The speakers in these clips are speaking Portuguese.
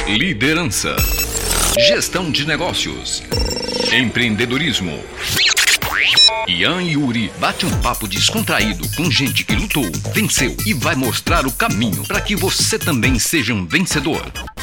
Liderança, gestão de negócios, empreendedorismo. Ian e Yuri bate um papo descontraído com gente que lutou, venceu e vai mostrar o caminho para que você também seja um vencedor.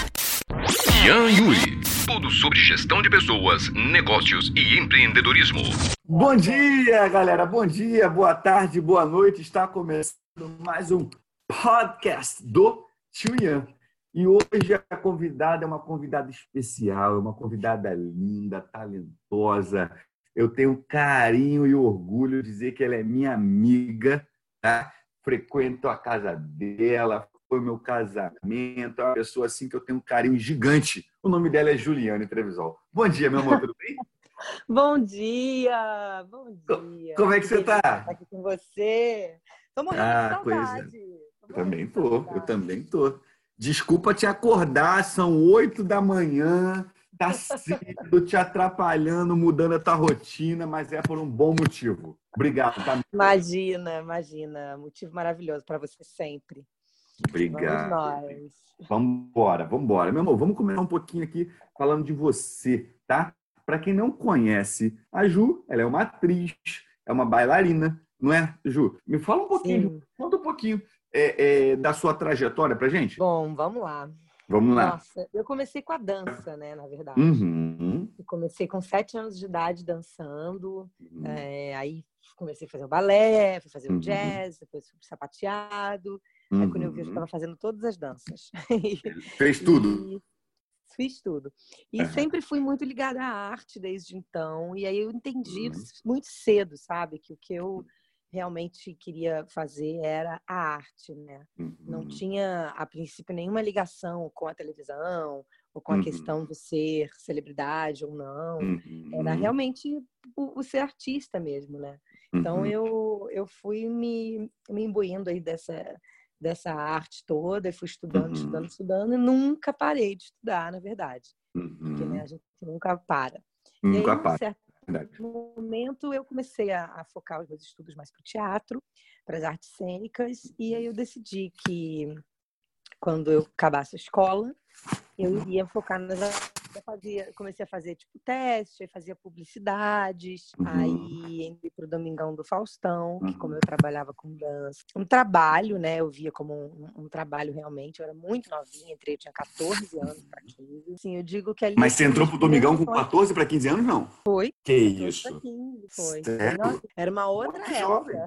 Ian e Yuri, tudo sobre gestão de pessoas, negócios e empreendedorismo. Bom dia, galera. Bom dia, boa tarde, boa noite. Está começando mais um podcast do Tio Ian. E hoje a convidada é uma convidada especial, é uma convidada linda, talentosa. Eu tenho carinho e orgulho de dizer que ela é minha amiga, tá? Frequento a casa dela, foi meu casamento, é uma pessoa assim que eu tenho um carinho gigante. O nome dela é Juliane Trevisol. Bom dia, meu amor, tudo bem? Bom dia! Bom dia! Como é que você está? Estar aqui com você. Tô morrendo de saudade. Eu também tô. Desculpa te acordar, são 8 da manhã, tá cedo, te atrapalhando, mudando a tua rotina, mas é por um bom motivo. Obrigado, tá? Imagina. Motivo maravilhoso para você sempre. Obrigado. Vamos nós. Vamos embora. Meu amor, vamos começar um pouquinho aqui falando de você, tá? Para quem não conhece, a Ju, ela é uma atriz, é uma bailarina, não é, Ju? Me fala um pouquinho, conta um pouquinho da sua trajetória pra gente. Bom, vamos lá. Nossa, eu comecei com a dança, né, na verdade. Uhum. Eu comecei com 7 anos de idade dançando, aí comecei a fazer o balé, fui fazer o jazz, depois fui pro sapateado. Aí quando eu vi, eu estava fazendo todas as danças. Fez tudo? Fiz tudo. E sempre fui muito ligada à arte desde então. E aí eu entendi muito cedo, sabe? Que o que eu realmente queria fazer era a arte, né? Não tinha, a princípio, nenhuma ligação com a televisão ou com a questão de ser celebridade ou não. Era realmente o ser artista mesmo, né? Então eu fui me imbuindo aí dessa arte toda, e fui estudando, e nunca parei de estudar, na verdade. Porque, né, a gente nunca para. E aí, num certo momento, eu comecei a focar os meus estudos mais para o teatro, para as artes cênicas, e aí eu decidi que, quando eu acabasse a escola, eu iria focar nas artes. Comecei a fazer tipo teste, aí fazia publicidades, aí entrei pro Domingão do Faustão, que como eu trabalhava com dança, um trabalho, né? Eu via como um trabalho realmente. Eu era muito novinha, eu tinha 14 anos para 15. Assim, eu digo que ali. Mas você entrou pro Domingão com 14 para 15 anos, não? Foi. Que isso? 15, foi. Sério? Nossa, era uma outra época. Jovem.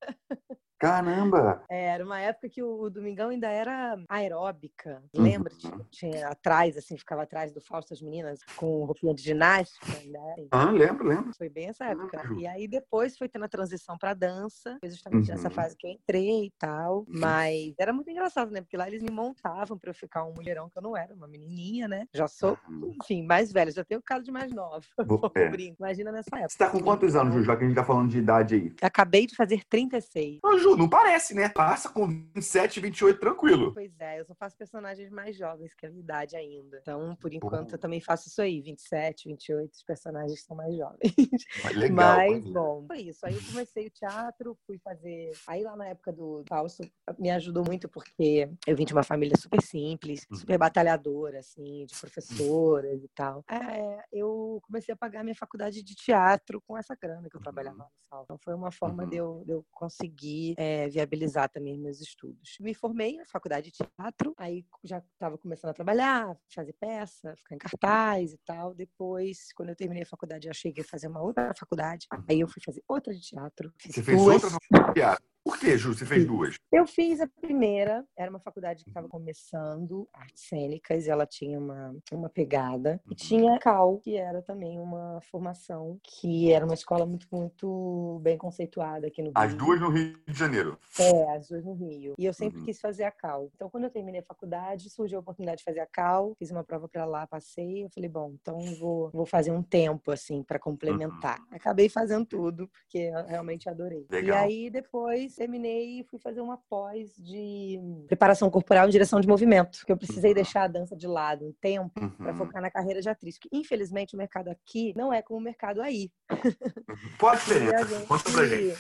Caramba! Era uma época que o Domingão ainda era aeróbica. Lembra? Tinha atrás, assim, ficava atrás do Fausto as meninas com roupinha de ginástica. Né? Lembro. Foi bem essa época. E aí depois foi tendo a transição pra dança. Foi justamente nessa fase que eu entrei e tal. Mas era muito engraçado, né? Porque lá eles me montavam pra eu ficar um mulherão que eu não era, uma menininha, né? Já sou, enfim, mais velha. Já tenho cara de mais nova. Imagina nessa época. Você tá com quantos anos, Ju, já que a gente tá falando de idade aí? Acabei de fazer 36. Ô, Ju, não parece, né? Passa com 27, 28, tranquilo. Pois é, eu só faço personagens mais jovens que a minha idade ainda. Então, por enquanto, eu também faço isso aí. 27, 28, os personagens são mais jovens. Legal. Mas, bom, foi isso. Aí eu comecei o teatro, fui fazer... Aí lá na época do Fausto, me ajudou muito porque eu vim de uma família super simples, super batalhadora, assim, de professoras e tal. Eu comecei a pagar minha faculdade de teatro com essa grana que eu trabalhava lá no Salto. Então, foi uma forma de eu conseguir viabilizar também meus estudos. Me formei na faculdade de teatro, aí já estava começando a trabalhar, fazer peça, ficar em cartaz e tal. Depois, quando eu terminei a faculdade, eu achei que ia fazer uma outra faculdade. Aí eu fui fazer outra de teatro. Você fez outra faculdade de teatro? Por que, Ju? Você fez duas? Eu fiz a primeira, era uma faculdade que estava começando, artes cênicas, e ela tinha uma pegada. E tinha a CAL, que era também uma formação, que era uma escola muito, muito bem conceituada aqui no Rio. As duas no Rio de Janeiro? As duas no Rio. E eu sempre quis fazer a CAL. Então, quando eu terminei a faculdade, surgiu a oportunidade de fazer a CAL, fiz uma prova para lá, passei. Eu falei, bom, então vou fazer um tempo, assim, para complementar. Acabei fazendo tudo, porque eu realmente adorei. Legal. E aí, depois, terminei e fui fazer uma pós de preparação corporal em direção de movimento, porque eu precisei deixar a dança de lado um tempo para focar na carreira de atriz, que infelizmente o mercado aqui não é como o mercado aí. Qual a diferença? Conta pra gente.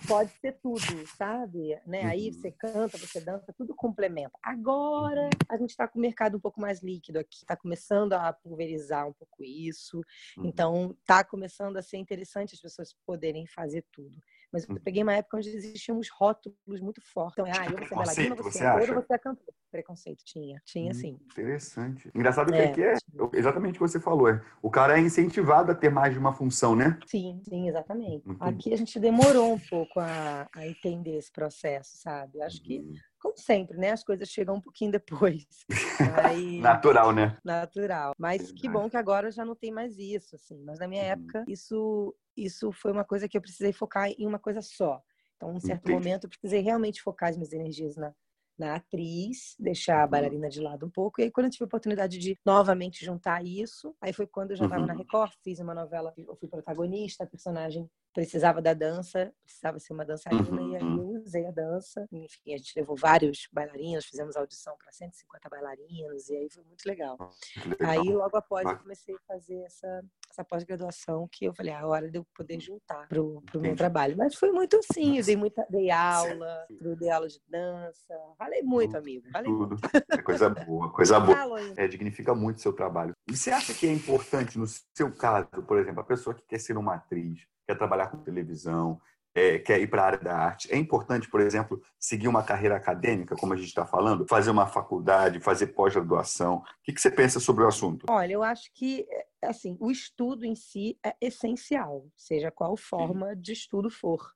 pode ser tudo, sabe? Né? Aí você canta, você dança, tudo complementa. Agora a gente está com o mercado um pouco mais líquido aqui, está começando a pulverizar um pouco isso, então está começando a ser interessante as pessoas poderem fazer tudo. Mas eu peguei uma época onde existiam uns rótulos muito fortes. Então, eu vou ser bailarina, você é ator, você é cantor. Preconceito tinha sim. Interessante. Engraçado que aqui é exatamente o que você falou. O cara é incentivado a ter mais de uma função, né? Sim, exatamente. Aqui a gente demorou um pouco a entender esse processo, sabe? Acho que, como sempre, né? As coisas chegam um pouquinho depois. Mas... Natural, né? Natural. Mas que bom que agora já não tem mais isso, assim. Mas na minha época, isso foi uma coisa que eu precisei focar em uma coisa só. Então, em um certo momento, eu precisei realmente focar as minhas energias na atriz, deixar a bailarina de lado um pouco. E aí, quando eu tive a oportunidade de novamente juntar isso, aí foi quando eu já estava na Record, fiz uma novela, eu fui protagonista, a personagem precisava da dança, precisava ser uma dançarina, e aí eu usei a dança. Enfim, a gente levou vários bailarinos, fizemos audição para 150 bailarinos, e aí foi muito legal. Aí, logo após, eu comecei a fazer essa pós-graduação, que eu falei, a hora de eu poder juntar pro meu trabalho. Mas foi muito assim, eu dei aula de dança, falei muito, amigo, falei tudo. muito. É coisa boa, coisa boa. Dignifica muito o seu trabalho. E você acha que é importante, no seu caso, por exemplo, a pessoa que quer ser uma atriz, quer trabalhar com televisão, quer ir para a área da arte, é importante, por exemplo, seguir uma carreira acadêmica, como a gente está falando, fazer uma faculdade, fazer pós-graduação? O que você pensa sobre o assunto? Olha, eu acho que assim, o estudo em si é essencial, seja qual forma de estudo for.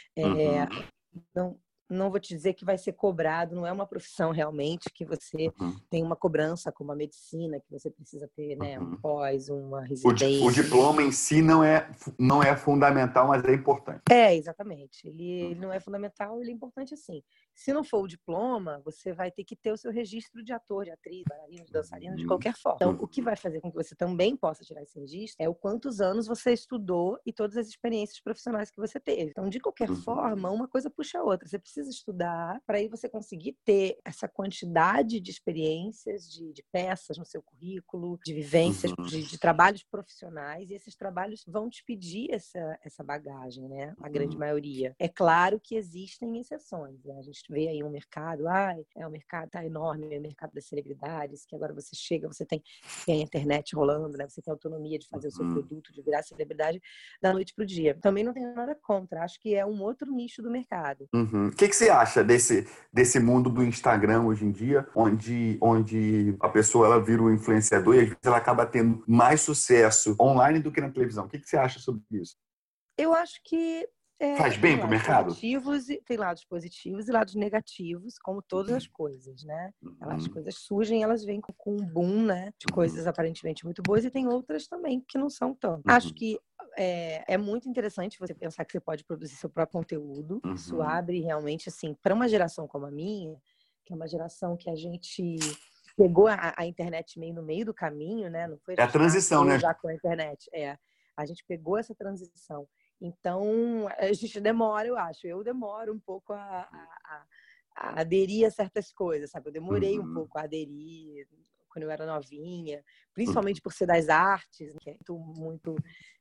Não vou te dizer que vai ser cobrado, não é uma profissão realmente que você tem uma cobrança como a medicina, que você precisa ter, né, um pós, uma residência. O diploma em si não é fundamental, mas é importante. Exatamente. Ele não é fundamental, ele é importante assim. Se não for o diploma, você vai ter que ter o seu registro de ator, de atriz, bailarino, de dançarino, de qualquer forma. Então, o que vai fazer com que você também possa tirar esse registro é o quantos anos você estudou e todas as experiências profissionais que você teve. Então, de qualquer forma, uma coisa puxa a outra. Você precisa estudar para aí você conseguir ter essa quantidade de experiências, de peças no seu currículo, de vivências, de trabalhos profissionais, e esses trabalhos vão te pedir essa bagagem, né? A grande maioria. É claro que existem exceções, né? A gente vê aí um mercado, o mercado tá enorme, é o mercado das celebridades, que agora você chega, você tem a internet rolando, né? Você tem autonomia de fazer o seu produto, de virar celebridade da noite pro dia. Também não tenho nada contra, acho que é um outro nicho do mercado. O que você acha desse mundo do Instagram hoje em dia, onde a pessoa ela vira um influenciador e às vezes ela acaba tendo mais sucesso online do que na televisão? O que você acha sobre isso? Eu acho que faz bem para o mercado? Tem lados positivos e lados negativos, como todas as coisas, né? As coisas surgem, elas vêm com um boom, né? De coisas aparentemente muito boas, e tem outras também que não são tanto. Acho que é muito interessante você pensar que você pode produzir seu próprio conteúdo. Isso abre realmente, assim, para uma geração como a minha, que é uma geração que a gente pegou a internet meio no meio do caminho, né? Não foi a transição, né? Já com a internet. A gente pegou essa transição. Então, a gente demora, eu demoro um pouco a aderir a certas coisas, sabe? Eu demorei um pouco a aderir quando eu era novinha, principalmente por ser das artes, que é muito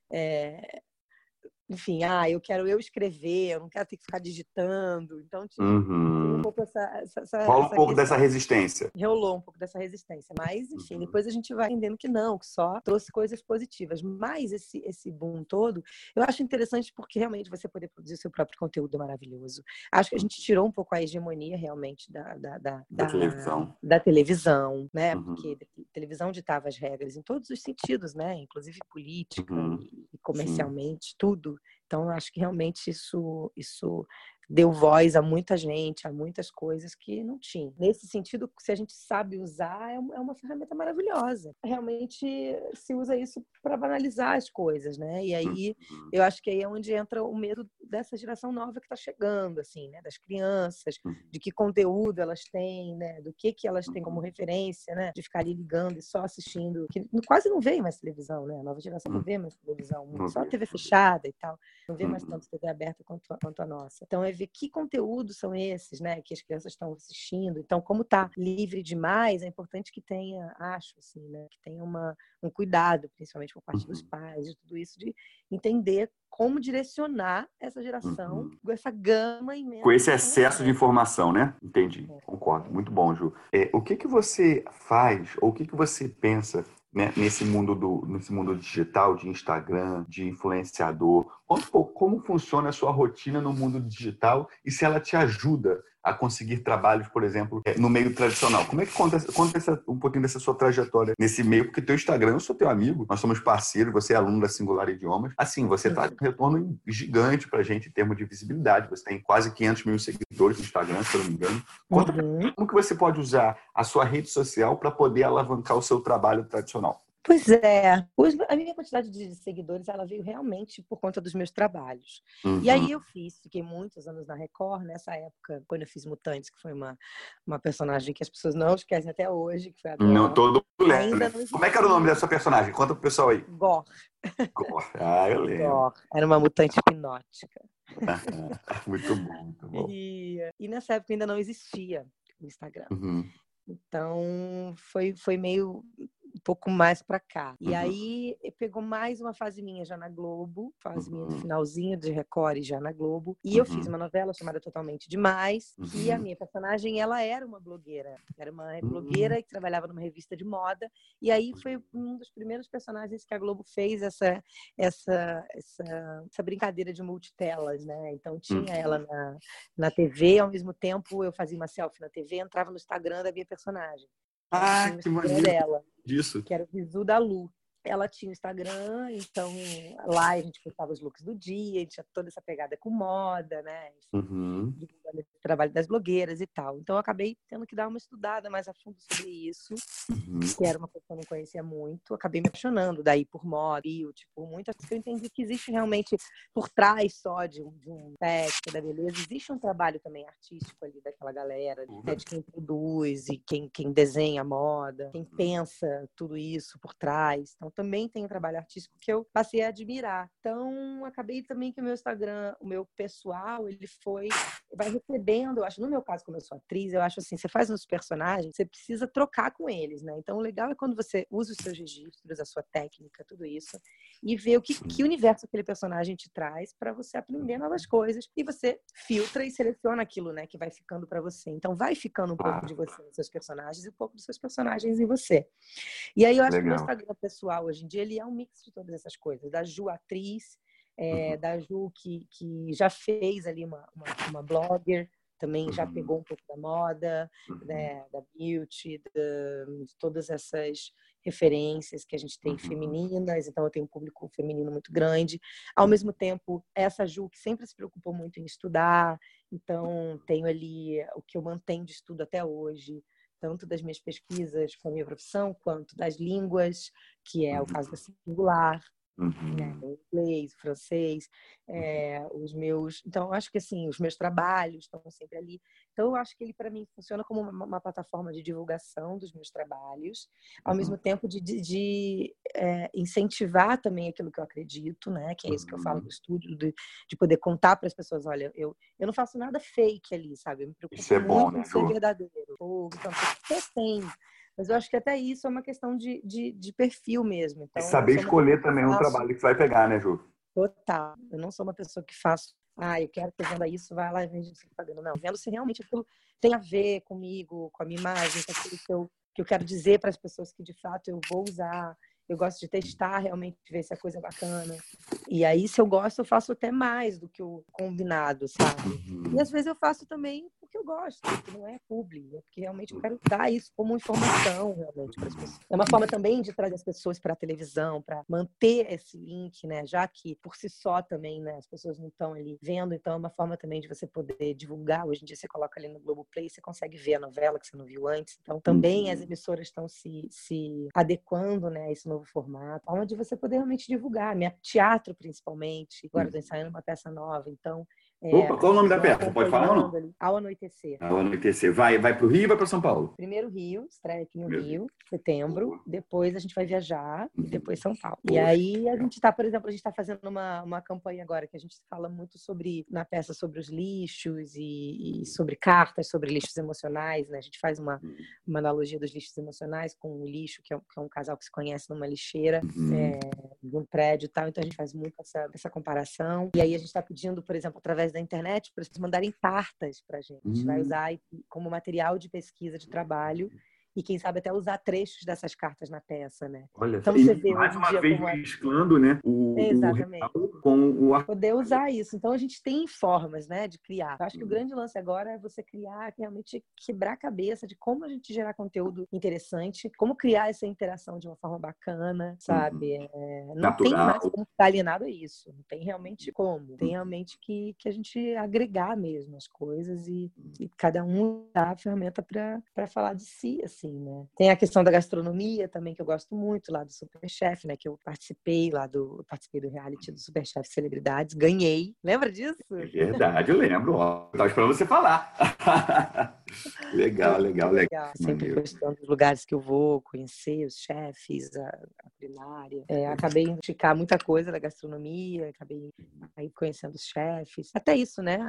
enfim, eu quero escrever, eu não quero ter que ficar digitando. Então, tinha um pouco rola um pouco dessa resistência. Rolou um pouco dessa resistência. Mas, enfim, depois a gente vai entendendo que não, que só trouxe coisas positivas. Mas esse boom todo, eu acho interessante porque realmente você poder produzir seu próprio conteúdo é maravilhoso. Acho que a gente tirou um pouco a hegemonia realmente da televisão, né? Porque a televisão ditava as regras em todos os sentidos, né? Inclusive política e comercialmente, tudo. Então, eu acho que realmente isso deu voz a muita gente, a muitas coisas que não tinha. Nesse sentido, se a gente sabe usar, é uma ferramenta maravilhosa. Realmente se usa isso para banalizar as coisas, né? E aí, eu acho que aí é onde entra o medo dessa geração nova que está chegando, assim, né? Das crianças, de que conteúdo elas têm, né? Do que elas têm como referência, né? De ficar ali ligando e só assistindo, que quase não vê mais televisão, né? A nova geração não vê mais televisão, só TV fechada e tal. não vê mais tanto TV aberta quanto a nossa. Então, é ver que conteúdos são esses, né, que as crianças estão assistindo. Então, como está livre demais, é importante que tenha, acho, assim, né, que tenha um cuidado, principalmente por parte dos pais, de tudo isso, de entender como direcionar essa geração com essa gama imensa. Com esse excesso de informação, né? Entendi. Concordo. Muito bom, Ju. O que você faz, ou o que você pensa, né, nesse mundo digital, de Instagram, de influenciador? Conta um pouco como funciona a sua rotina no mundo digital e se ela te ajuda a conseguir trabalhos, por exemplo, no meio tradicional. Como é que conta um pouquinho dessa sua trajetória nesse meio? Porque teu Instagram, eu sou teu amigo, nós somos parceiros, você é aluno da Singular Idiomas. Assim, você traz um retorno gigante pra gente em termos de visibilidade. Você tem quase 500 mil seguidores no Instagram, se eu não me engano. Conta como que você pode usar a sua rede social para poder alavancar o seu trabalho tradicional. Pois é, a minha quantidade de seguidores, ela veio realmente por conta dos meus trabalhos. E aí eu fiquei muitos anos na Record, nessa época, quando eu fiz Mutantes, que foi uma personagem que as pessoas não esquecem até hoje, que foi a Dor. Não, todo mundo ainda lembra, né? Como é que era o nome dessa personagem? Conta pro pessoal aí. Gor. Eu lembro. Gor. Era uma mutante hipnótica. Muito bom, muito bom. E nessa época ainda não existia o Instagram. Então, foi meio um pouco mais pra cá. E aí, pegou mais uma fase minha já na Globo, fase minha do finalzinho de Record já na Globo. E eu fiz uma novela chamada Totalmente Demais, que a minha personagem, ela era uma blogueira. Era uma blogueira que trabalhava numa revista de moda. E aí, foi um dos primeiros personagens que a Globo fez essa brincadeira de multitelas, né? Então, tinha ela na TV, ao mesmo tempo eu fazia uma selfie na TV, entrava no Instagram da minha personagem. Que maneiro dela, disso. que era o Visu da Lu. Ela tinha o Instagram, então lá a gente postava os looks do dia, a gente tinha toda essa pegada com moda, né? Divulgando o trabalho das blogueiras e tal. Então eu acabei tendo que dar uma estudada mais a fundo sobre isso, que era uma coisa que eu não conhecia muito. Acabei me apaixonando daí por moda, tipo, muitas coisas que eu entendi que existe realmente por trás só de um sexo, da beleza, existe um trabalho também artístico ali daquela galera, né, de quem produz e quem desenha a moda, quem pensa tudo isso por trás. Então também tem um trabalho artístico que eu passei a admirar. Então acabei também que o meu Instagram, o meu pessoal, ele vai recebendo, eu acho, no meu caso, como eu sou atriz, eu acho assim, você faz uns personagens, você precisa trocar com eles, né? Então o legal é quando você usa os seus registros, a sua técnica, tudo isso, e vê o que universo aquele personagem te traz para você aprender novas coisas, e você filtra e seleciona aquilo, né, que vai ficando para você. Então vai ficando um pouco de você nos seus personagens e um pouco dos seus personagens em você. E aí eu acho que o meu Instagram pessoal hoje em dia ele é um mix de todas essas coisas, da Ju atriz, da Ju que já fez ali uma blogger, também já pegou um pouco da moda, né, da beauty, de todas essas referências que a gente tem femininas, então eu tenho um público feminino muito grande. Ao mesmo tempo, essa Ju que sempre se preocupou muito em estudar, então tenho ali o que eu mantenho de estudo até hoje, tanto das minhas pesquisas com a minha profissão, quanto das línguas, que é o caso da Singular, né? O inglês, o francês, então eu acho que assim, os meus trabalhos estão sempre ali. Então eu acho que ele para mim funciona como uma plataforma de divulgação dos meus trabalhos, ao mesmo tempo de incentivar também aquilo que eu acredito, né? Que é isso que eu falo no estúdio, de poder contar para as pessoas, olha, eu não faço nada fake ali, sabe? Eu me preocupo muito em ser verdadeiro. Então você tem. Mas eu acho que até isso é uma questão de perfil mesmo. Então, e saber escolher também o trabalho que vai pegar, né, Ju? Total. Eu não sou uma pessoa que faço, eu quero que você venda isso, vai lá e vende isso pagando. Não, vendo se realmente aquilo tem a ver comigo, com a minha imagem, com aquilo que eu quero dizer para as pessoas que de fato eu vou usar. Eu gosto de testar realmente, ver se a coisa é bacana. E aí, se eu gosto, eu faço até mais do que o combinado, sabe? E às vezes eu faço também porque eu gosto, porque não é publi, é porque realmente eu quero dar isso como informação realmente para as pessoas. É uma forma também de trazer as pessoas para a televisão, para manter esse link, né? Já que por si só também, né, as pessoas não estão ali vendo, então é uma forma também de você poder divulgar. Hoje em dia você coloca ali no Globoplay, você consegue ver a novela que você não viu antes. Então também as emissoras estão se adequando, né, a esse novo formato, forma de você poder realmente divulgar. Teatro, principalmente. Agora estou ensaiando uma peça nova, então Opa, qual o nome da peça? Pode falar ou não? Ali, Ao Anoitecer. Ao Anoitecer. Vai para o Rio ou vai para São Paulo? Primeiro Rio, estreia aqui no Rio, setembro. Depois a gente vai viajar e depois São Paulo. Poxa, e aí a gente está, por exemplo, a gente está fazendo uma campanha agora que a gente fala muito na peça sobre os lixos e sobre cartas, sobre lixos emocionais, né? A gente faz uma analogia dos lixos emocionais com o lixo, que é um casal que se conhece numa lixeira de um prédio e tal. Então a gente faz muito essa comparação. E aí a gente está pedindo, por exemplo, através da internet, para vocês mandarem cartas para a gente. A gente vai usar como material de pesquisa de trabalho e, quem sabe, até usar trechos dessas cartas na peça, né? Olha, então, você vê mais hoje uma em dia vez como mesclando, né, exatamente. Com o poder usar isso. Então, a gente tem formas, né, de criar. Eu acho que o grande lance agora é você criar, realmente quebrar a cabeça de como a gente gerar conteúdo interessante, como criar essa interação de uma forma bacana, sabe? Não natural. Tem mais como ficar alienado a isso. Não tem realmente como. Tem realmente que a gente agregar mesmo as coisas e cada um dá a ferramenta para falar de si, assim, né? Tem a questão da gastronomia também, que eu gosto muito, lá do Superchef, né? Que eu participei do reality do Superchef Celebridades, ganhei. Lembra disso? É verdade, eu lembro. Estava esperando você falar. Legal. Sempre gostando dos lugares que eu vou, conhecer os chefes, a culinária. Acabei de ficar muita coisa da gastronomia, acabei aí conhecendo os chefes. Até isso, né?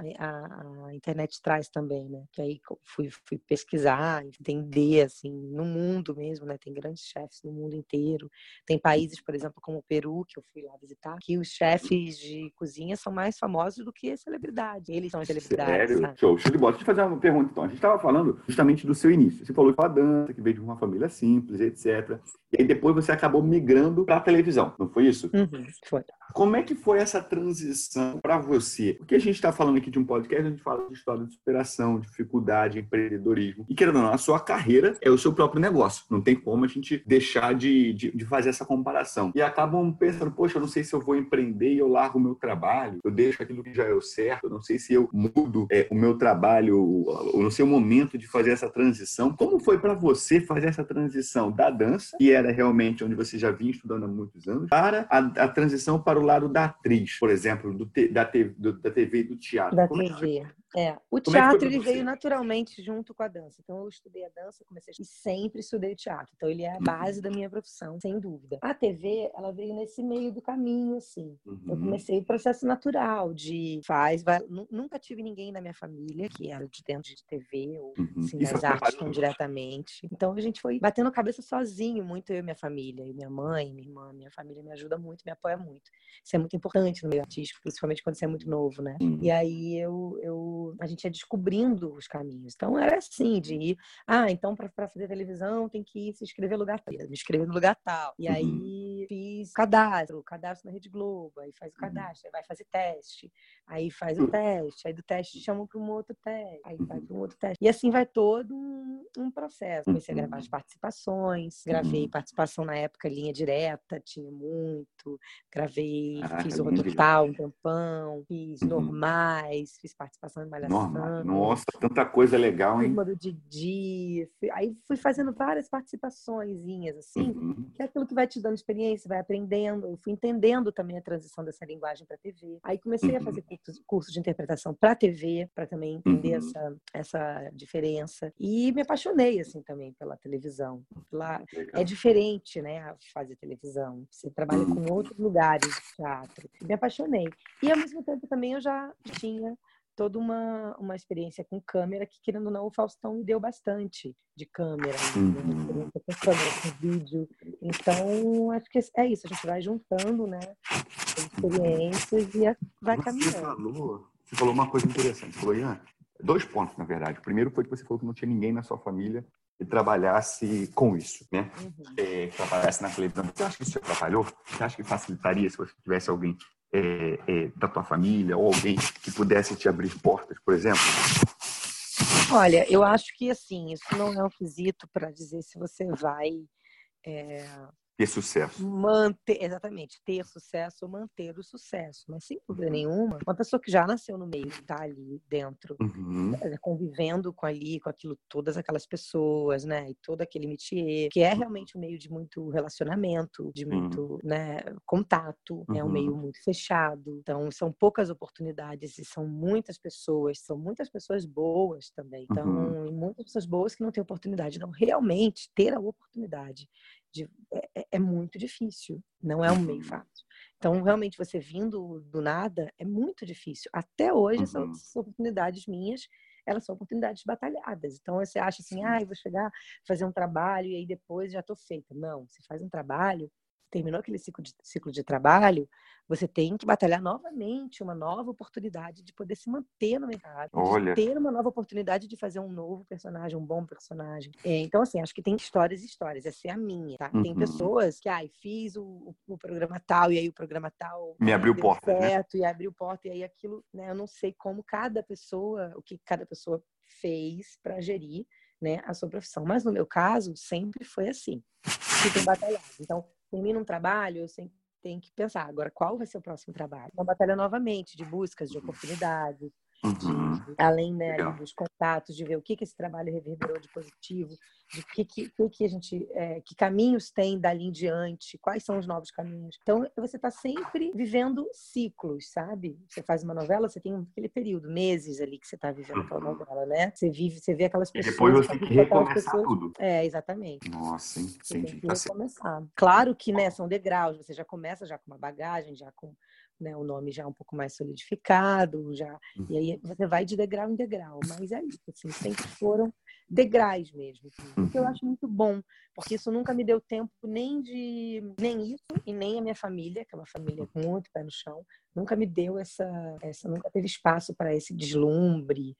A internet traz também, né? Que aí fui pesquisar, entender, assim, no mundo mesmo, né? Tem grandes chefes no mundo inteiro. Tem países, por exemplo, como o Peru, que eu fui lá visitar, que os chefes de cozinha são mais famosos do que as celebridades. Eles são as celebridades. Sério? Sabe? Show de bola. Deixa eu te fazer uma pergunta, então. A gente estava falando justamente do seu início. Você falou que a dança, que veio de uma família simples, etc. E aí depois você acabou migrando para a televisão, não foi isso? Foi. Como é que foi essa transição para você? Porque a gente está falando aqui de um podcast, a gente fala de história de superação, dificuldade, empreendedorismo. E querendo ou não, a sua carreira é o seu próprio negócio. Não tem como a gente deixar de fazer essa comparação. E acabam pensando, poxa, eu não sei se eu vou empreender e eu largo o meu trabalho, eu deixo aquilo que já é o certo, eu não sei se eu mudo o meu trabalho, eu não sei o momento de fazer essa transição. Como foi para você fazer essa transição da dança, que era realmente onde você já vinha estudando há muitos anos, para a transição para o lado da atriz, por exemplo, da TV e do teatro? Da TV. O teatro ele veio naturalmente junto com a dança. Então, eu estudei a dança, comecei e sempre estudei o teatro. Então, ele é a base da minha profissão, sem dúvida. A TV, ela veio nesse meio do caminho, assim. Eu comecei o processo natural de nunca tive ninguém na minha família que era de dentro de TV ou assim, das artes tão diretamente. Então, a gente foi batendo a cabeça sozinho, muito eu e minha família. E minha mãe, minha irmã, minha família me ajuda muito, me apoia muito. Isso é muito importante no meio artístico, principalmente quando você é muito novo, né? E aí, a gente ia descobrindo os caminhos. Então, era assim, de ir... então, para fazer televisão, tem que ir se inscrever no lugar tal. Me inscrever no lugar tal. E aí, fiz cadastro na Rede Globo. Aí faz o cadastro, aí vai fazer teste. Aí faz o teste. Aí do teste chamam para um outro teste. Aí vai para um outro teste. E assim vai todo um processo. Comecei a gravar as participações. Gravei participação na época, linha direta, tinha muito. Gravei, fiz o Rototal um tempão. Fiz normais, fiz participação em Malhação. Nossa, tanta coisa legal, hein? Turma do Didi. Aí fui fazendo várias participaçõezinhas, assim, que é aquilo que vai te dando experiência, vai aprendendo. Eu fui entendendo também a transição dessa linguagem para TV. Aí comecei a fazer curso de interpretação para TV, para também entender essa diferença. E me apaixonei, assim, também pela televisão. Lá é diferente, né, fazer televisão. Você trabalha com outros lugares de teatro. Me apaixonei. E, ao mesmo tempo, também eu já tinha toda uma experiência com câmera que, querendo ou não, o Faustão me deu bastante de câmera, uma experiência com câmera, com vídeo. Então, acho que é isso, a gente vai juntando, né, as experiências e vai caminhando. Você falou uma coisa interessante. Você falou, Ian, 2 pontos, na verdade. O primeiro foi que você falou que não tinha ninguém na sua família que trabalhasse com isso, né? Que trabalhasse na televisão. Você acha que isso te atrapalhou? Você acha que facilitaria se você tivesse alguém da tua família ou alguém que pudesse te abrir portas, por exemplo? Olha, eu acho que, assim, isso não é um quesito para dizer se você vai ter sucesso. Exatamente, ter sucesso ou manter o sucesso. Mas sem dúvida nenhuma, uma pessoa que já nasceu no meio, está ali dentro, convivendo com aquilo, todas aquelas pessoas, né? E todo aquele métier, que é realmente um meio de muito relacionamento, de muito, né, contato, é um meio muito fechado. Então, são poucas oportunidades e são muitas pessoas boas também. Então, e muitas pessoas boas que não têm oportunidade. Então, realmente, ter a oportunidade é muito difícil, não é um meio fácil. Então, realmente, você vindo do nada é muito difícil. Até hoje, essas oportunidades minhas, elas são oportunidades batalhadas. Então, você acha assim, eu vou chegar, fazer um trabalho e aí depois já estou feita. Não, você faz um trabalho, terminou aquele ciclo de trabalho, você tem que batalhar novamente uma nova oportunidade de poder se manter no mercado, de ter uma nova oportunidade de fazer um novo personagem, um bom personagem. Então, assim, acho que tem histórias e histórias. Essa é a minha, tá? Tem pessoas que, fiz o programa tal, e aí o programa tal me abriu porta, certo, né? E abriu porta, e aí aquilo, né? Eu não sei como o que cada pessoa fez para gerir, né, a sua profissão. Mas no meu caso, sempre foi assim. Fiquei batalhado. Então, termina um trabalho, eu sempre tenho que pensar, agora qual vai ser o próximo trabalho? Uma batalha novamente de buscas de oportunidades, além, né, ali dos contatos, de ver o que esse trabalho reverberou de positivo, de que a gente, que caminhos tem dali em diante, quais são os novos caminhos. Então, você está sempre vivendo ciclos, sabe? Você faz uma novela, você tem aquele período, meses ali que você está vivendo aquela novela, né? Você vê aquelas pessoas... E depois você tem que recomeçar tudo. Exatamente. Nossa, entendi. Você tem que recomeçar. Claro que, né, são degraus, você já começa já com uma bagagem, já com, né, o nome já um pouco mais solidificado, e aí você vai de degrau em degrau, mas é isso, assim, sempre foram degraus mesmo, o que eu acho muito bom, porque isso nunca me deu tempo nem isso, e nem a minha família, que é uma família com muito pé no chão, nunca me deu nunca teve espaço para esse deslumbre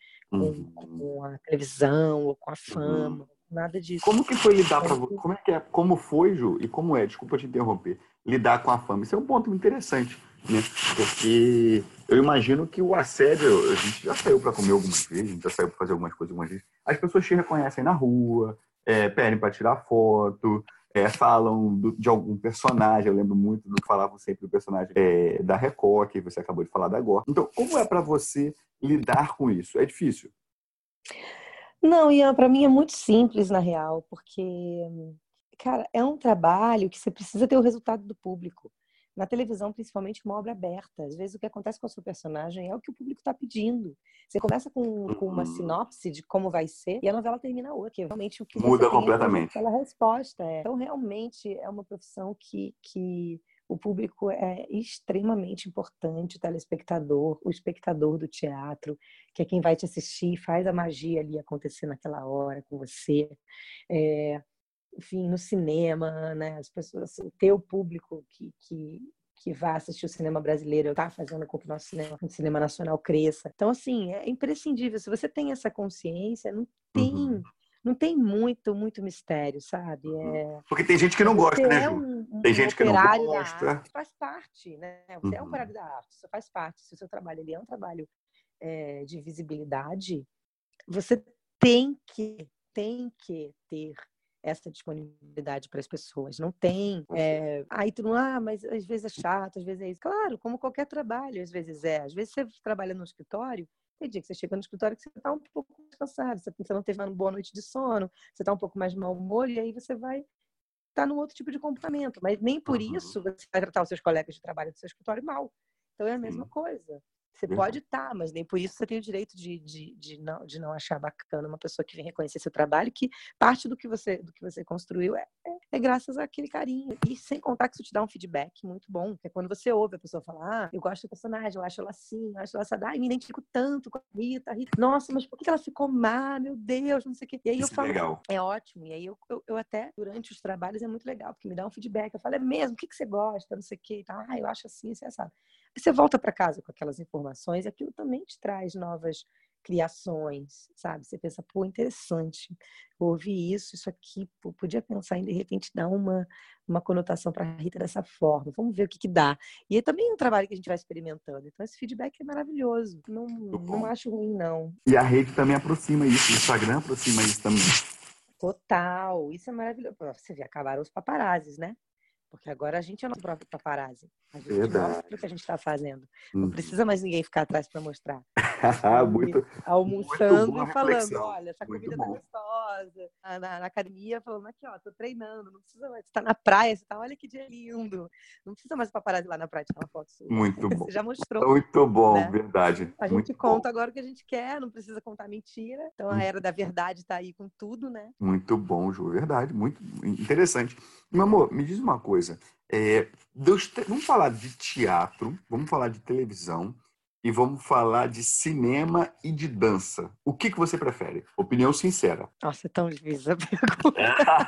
com a televisão ou com a fama. Nada disso. Como que foi lidar para você? Como foi, Ju, e como é, desculpa te interromper, lidar com a fama? Isso é um ponto interessante, né? Porque eu imagino que o assédio, a gente já saiu para comer algumas vezes, a gente já saiu para fazer algumas coisas algumas vezes, as pessoas te reconhecem na rua, pedem para tirar foto, falam de algum personagem. Eu lembro muito do que falavam sempre do personagem da Record, que você acabou de falar da Agora. Então, como é para você lidar com isso? É difícil? Não, Ian, para mim é muito simples, na real, porque, cara, é um trabalho que você precisa ter o resultado do público. Na televisão, principalmente, uma obra aberta. Às vezes, o que acontece com a sua personagem é o que o público está pedindo. Você começa com uma sinopse de como vai ser e a novela termina outra, que realmente o que você muda tem completamente. É aquela resposta. Então, realmente, é uma profissão que o público é extremamente importante, o espectador do teatro, que é quem vai te assistir, faz a magia ali acontecer naquela hora com você. Enfim, no cinema, né? As pessoas, assim, ter o público que vai assistir o cinema brasileiro, está fazendo com que o nosso cinema nacional cresça. Então, assim, é imprescindível. Se você tem essa consciência, não tem muito mistério, sabe? Porque tem gente que não gosta, né, Ju? Tem gente que não gosta. Da arte, faz parte, né? Você é um operário da arte, isso faz parte. Se o seu trabalho ele é um trabalho de visibilidade, você tem que ter essa disponibilidade para as pessoas. Não tem. Aí tu não, mas às vezes é chato, às vezes é isso. Claro, como qualquer trabalho, às vezes é. Às vezes você trabalha no escritório, tem dia que você chega no escritório que você está um pouco cansado, você não teve uma boa noite de sono, você está um pouco mais de mau humor, e aí você vai estar num outro tipo de comportamento. Mas nem por isso você vai tratar os seus colegas de trabalho do seu escritório mal. Então é a mesma coisa. Você pode estar, mas nem por isso você tem o direito de não achar bacana uma pessoa que vem reconhecer seu trabalho, que parte do que você construiu é graças àquele carinho. E sem contar que isso te dá um feedback muito bom, que é quando você ouve a pessoa falar, eu gosto do personagem, eu acho ela assim, eu acho ela assada, me identifico tanto com a Rita. Nossa, mas por que ela ficou má? Meu Deus, não sei o quê. E aí eu falo, legal. É ótimo. E aí eu até, durante os trabalhos, é muito legal, porque me dá um feedback. Eu falo, é mesmo? O que você gosta? Não sei o quê. Eu acho assim, você sabe. Aí você volta para casa com aquelas informações e aquilo também te traz novas criações, sabe? Você pensa, interessante, eu ouvi isso aqui, podia pensar em, de repente, dar uma conotação para a Rita dessa forma. Vamos ver o que dá. E aí também é um trabalho que a gente vai experimentando. Então, esse feedback é maravilhoso. Não acho ruim, não. E a rede também aproxima isso, o Instagram aproxima isso também. Total, isso é maravilhoso. Você vê, acabaram os paparazzis, né? Porque agora a gente é o nosso próprio paparazzi. A gente Verdade. mostra o que a gente está fazendo. Não precisa mais ninguém ficar atrás para mostrar. Muito Almoçando boa e falando, reflexão. olha, essa Muito comida tá bom. gostosa. Na academia, falando, aqui, ó, tô treinando. Não precisa mais. Você tá na praia, você tá, olha que dia lindo. Não precisa mais o paparazzi lá na praia tirar uma foto sua. Muito bom. Você já mostrou. Muito bom, Né? verdade. A Muito gente bom. conta agora o que a gente quer, não precisa contar mentira. Então a era da verdade tá aí com tudo, né? Muito bom, Ju, verdade, muito interessante. Meu amor, me diz uma coisa. Vamos falar de teatro, vamos falar de televisão e vamos falar de cinema e de dança. O que você prefere? Opinião sincera. Nossa, é tão difícil essa pergunta.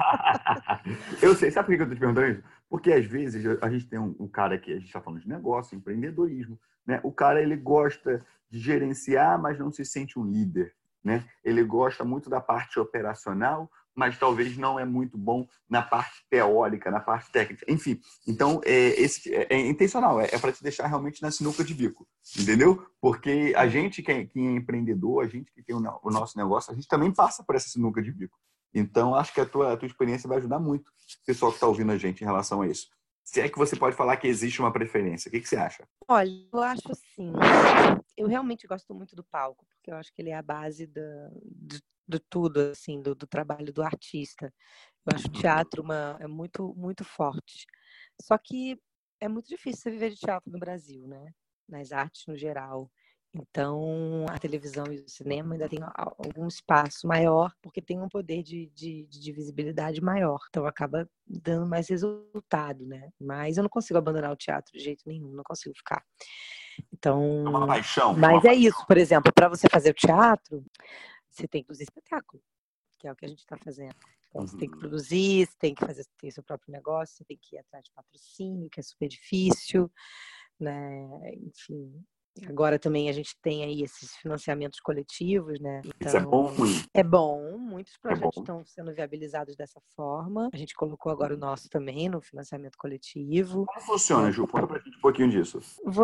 Eu sei, sabe por que eu tô te perguntando isso? Porque às vezes a gente tem um cara que a gente está falando de negócio, empreendedorismo, né? O cara ele gosta de gerenciar, mas não se sente um líder, né? Ele gosta muito da parte operacional, mas talvez não é muito bom na parte teórica, na parte técnica. Enfim, então é intencional, é para te deixar realmente na sinuca de bico, entendeu? Porque a gente que é empreendedor, a gente que tem o nosso negócio, a gente também passa por essa sinuca de bico. Então, acho que a tua experiência vai ajudar muito o pessoal que está ouvindo a gente em relação a isso. Se é que você pode falar que existe uma preferência, o que você acha? Olha, eu acho assim, eu realmente gosto muito do palco, porque eu acho que ele é a base de tudo, assim, do trabalho do artista. Eu acho o teatro é muito, muito forte. Só que é muito difícil você viver de teatro no Brasil, né? Nas artes no geral. Então, a televisão e o cinema ainda tem algum espaço maior, porque tem um poder de visibilidade maior. Então, acaba dando mais resultado, né? Mas eu não consigo abandonar o teatro de jeito nenhum, não consigo ficar. Então, É uma paixão. mas é isso, por exemplo, para você fazer o teatro, você tem que produzir espetáculo, que é o que a gente está fazendo. Então, você tem que produzir, você tem que ter seu próprio negócio, você tem que ir atrás de patrocínio, que é super difícil, né? Enfim. Agora também a gente tem aí esses financiamentos coletivos, né? Então, isso é bom ou ruim? É bom, muitos projetos bom. estão sendo viabilizados dessa forma. A gente colocou agora o nosso também no financiamento coletivo. Como funciona, Ju? Conta pra gente um pouquinho disso.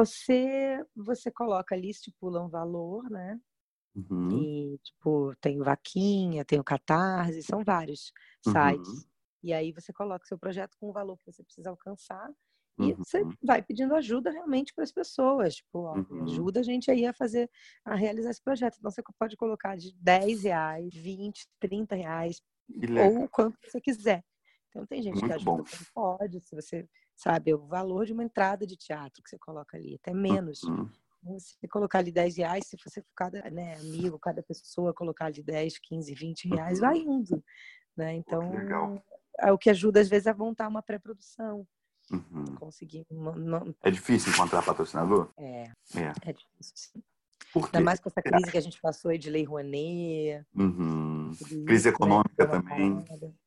Você coloca ali, estipula um valor, né? E, tipo, tem vaquinha, tem o Catarse, são vários sites. E aí você coloca o seu projeto com o valor que você precisa alcançar e você vai pedindo ajuda realmente para as pessoas. Tipo, ó, ajuda a gente aí a realizar esse projeto. Então, você pode colocar de R$10, 20, R$30, ou o quanto você quiser. Então, tem gente que ajuda como pode, se você sabe o valor de uma entrada de teatro que você coloca ali, até menos. Se colocar ali R$10, se você cada amigo, cada pessoa colocar ali 10, 15, R$20, vai indo. Né? Então, é o que ajuda, às vezes, a montar uma pré-produção. Conseguir. É difícil encontrar patrocinador? É difícil, sim. Por quê? Ainda mais com essa crise que a gente passou aí de Lei Rouanet. Crise econômica também.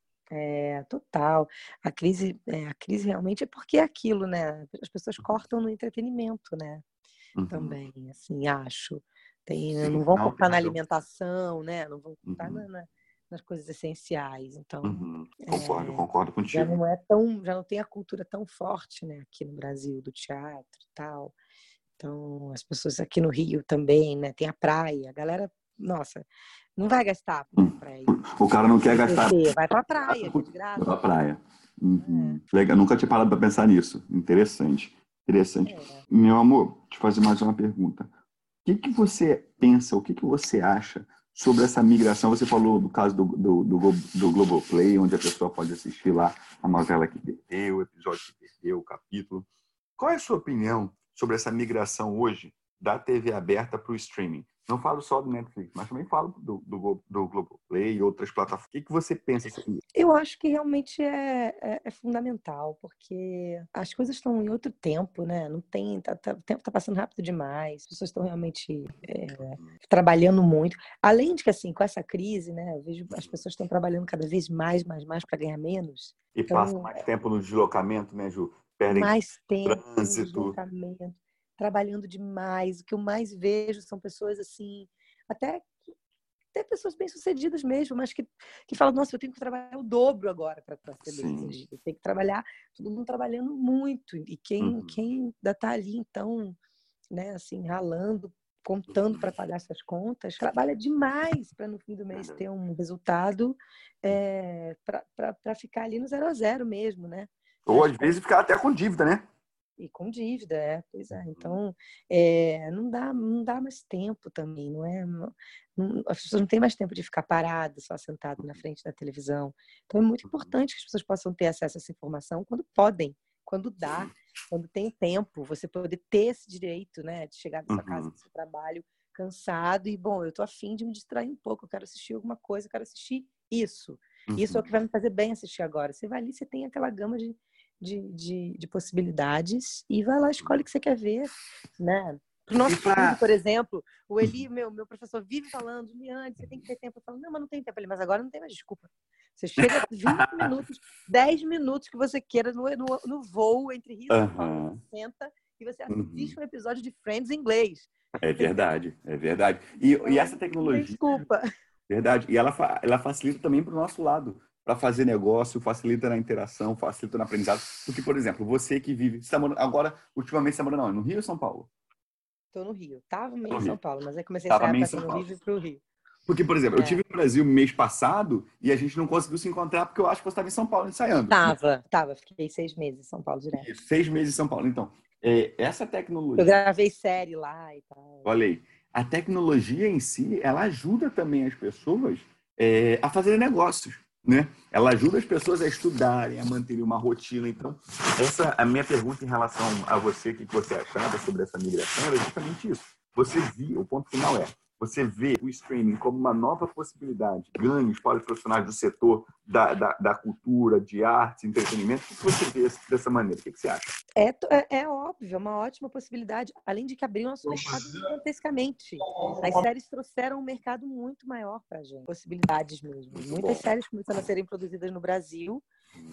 Total. A crise realmente é porque é aquilo, né? As pessoas cortam no entretenimento, né? Também, assim, acho. Não vão cortar na alimentação, né? Não vão cortar nas coisas essenciais. Então, concordo contigo. Já não tem a cultura tão forte, né? Aqui no Brasil, do teatro e tal. Então, as pessoas aqui no Rio também, né? Tem a praia. A galera, nossa, não vai gastar pra ir. O cara não quer gastar. Vai pra praia, que é de graça. Pra praia. Legal. Nunca tinha parado pra pensar nisso. Interessante. Meu amor, te fazer mais uma pergunta. O que você pensa, o que você acha sobre essa migração? Você falou do caso do Globoplay, onde a pessoa pode assistir lá a novela que perdeu, o episódio que perdeu, o capítulo. Qual é a sua opinião sobre essa migração hoje da TV aberta para o streaming? Não falo só do Netflix, mas também falo do Globoplay e outras plataformas. O que você pensa sobre isso? Eu acho que realmente é fundamental, porque as coisas estão em outro tempo, né? Não tem, o tempo está passando rápido demais, as pessoas estão realmente trabalhando muito. Além de que, assim, com essa crise, né, eu vejo as pessoas estão trabalhando cada vez mais para ganhar menos. E então, passam mais tempo no deslocamento, né, Ju? Perdem mais tempo trânsito. No deslocamento, trabalhando demais. O que eu mais vejo são pessoas assim, até pessoas bem-sucedidas mesmo, mas que falam, nossa, eu tenho que trabalhar o dobro agora para ser bem-sucedido. Tem que trabalhar, todo mundo trabalhando muito. E quem ainda está ali, então, né, assim, ralando, contando para pagar essas contas, trabalha demais para no fim do mês ter um resultado para ficar ali no 0 a 0 mesmo, né? Ou às vezes ficar até com dívida, né? E com dívida, pois é. Então, não dá mais tempo também, não é? As pessoas não têm mais tempo de ficar paradas, só sentado na frente da televisão. Então, é muito importante que as pessoas possam ter acesso a essa informação quando podem, quando dá, quando tem tempo, você poder ter esse direito, né, de chegar da sua casa, do seu trabalho, cansado e, bom, eu tô a fim de me distrair um pouco, eu quero assistir alguma coisa, eu quero assistir isso. Isso é o que vai me fazer bem assistir agora. Você vai ali, você tem aquela gama de possibilidades e vai lá, escolhe o que você quer ver, né? Pro nosso estudo, por exemplo, o Eli, meu professor, vive falando, Juliane, você tem que ter tempo. Eu falo, não, mas não tem tempo. Ele, mas agora não tem mais desculpa. Você chega 20 minutos, 10 minutos que você queira no voo entre Rio e São Paulo, você senta e você assiste um episódio de Friends em inglês. É verdade, é verdade. E essa tecnologia... Desculpa. Verdade. E ela facilita também para o nosso lado, para fazer negócio, facilita na interação, facilita no aprendizado. Porque, por exemplo, você que vive... Você tá morando, agora, ultimamente, você está morando no Rio ou São Paulo? Estou no Rio. Estava meio em São Paulo, mas aí comecei a sair para no Rio e para o Rio. Porque, por exemplo, eu estive no Brasil mês passado e a gente não conseguiu se encontrar porque eu acho que você estava em São Paulo ensaiando. Tava. Fiquei 6 meses em São Paulo direto. Isso, 6 meses em São Paulo. Então, essa tecnologia... Eu gravei série lá e tal. Olha aí. A tecnologia em si, ela ajuda também as pessoas a fazerem negócios, né? Ela ajuda as pessoas a estudarem, a manterem uma rotina. Então, a minha pergunta em relação a você, o que você achava sobre essa migração, era justamente isso. O ponto final você vê o streaming como uma nova possibilidade, ganhos para os profissionais do setor da cultura, de arte, entretenimento. O que você vê dessa maneira? O que você acha? É óbvio, é uma ótima possibilidade, além de que abriu nosso mercado gigantescamente. As séries trouxeram um mercado muito maior para a gente, possibilidades mesmo. Muitas séries começaram a serem produzidas no Brasil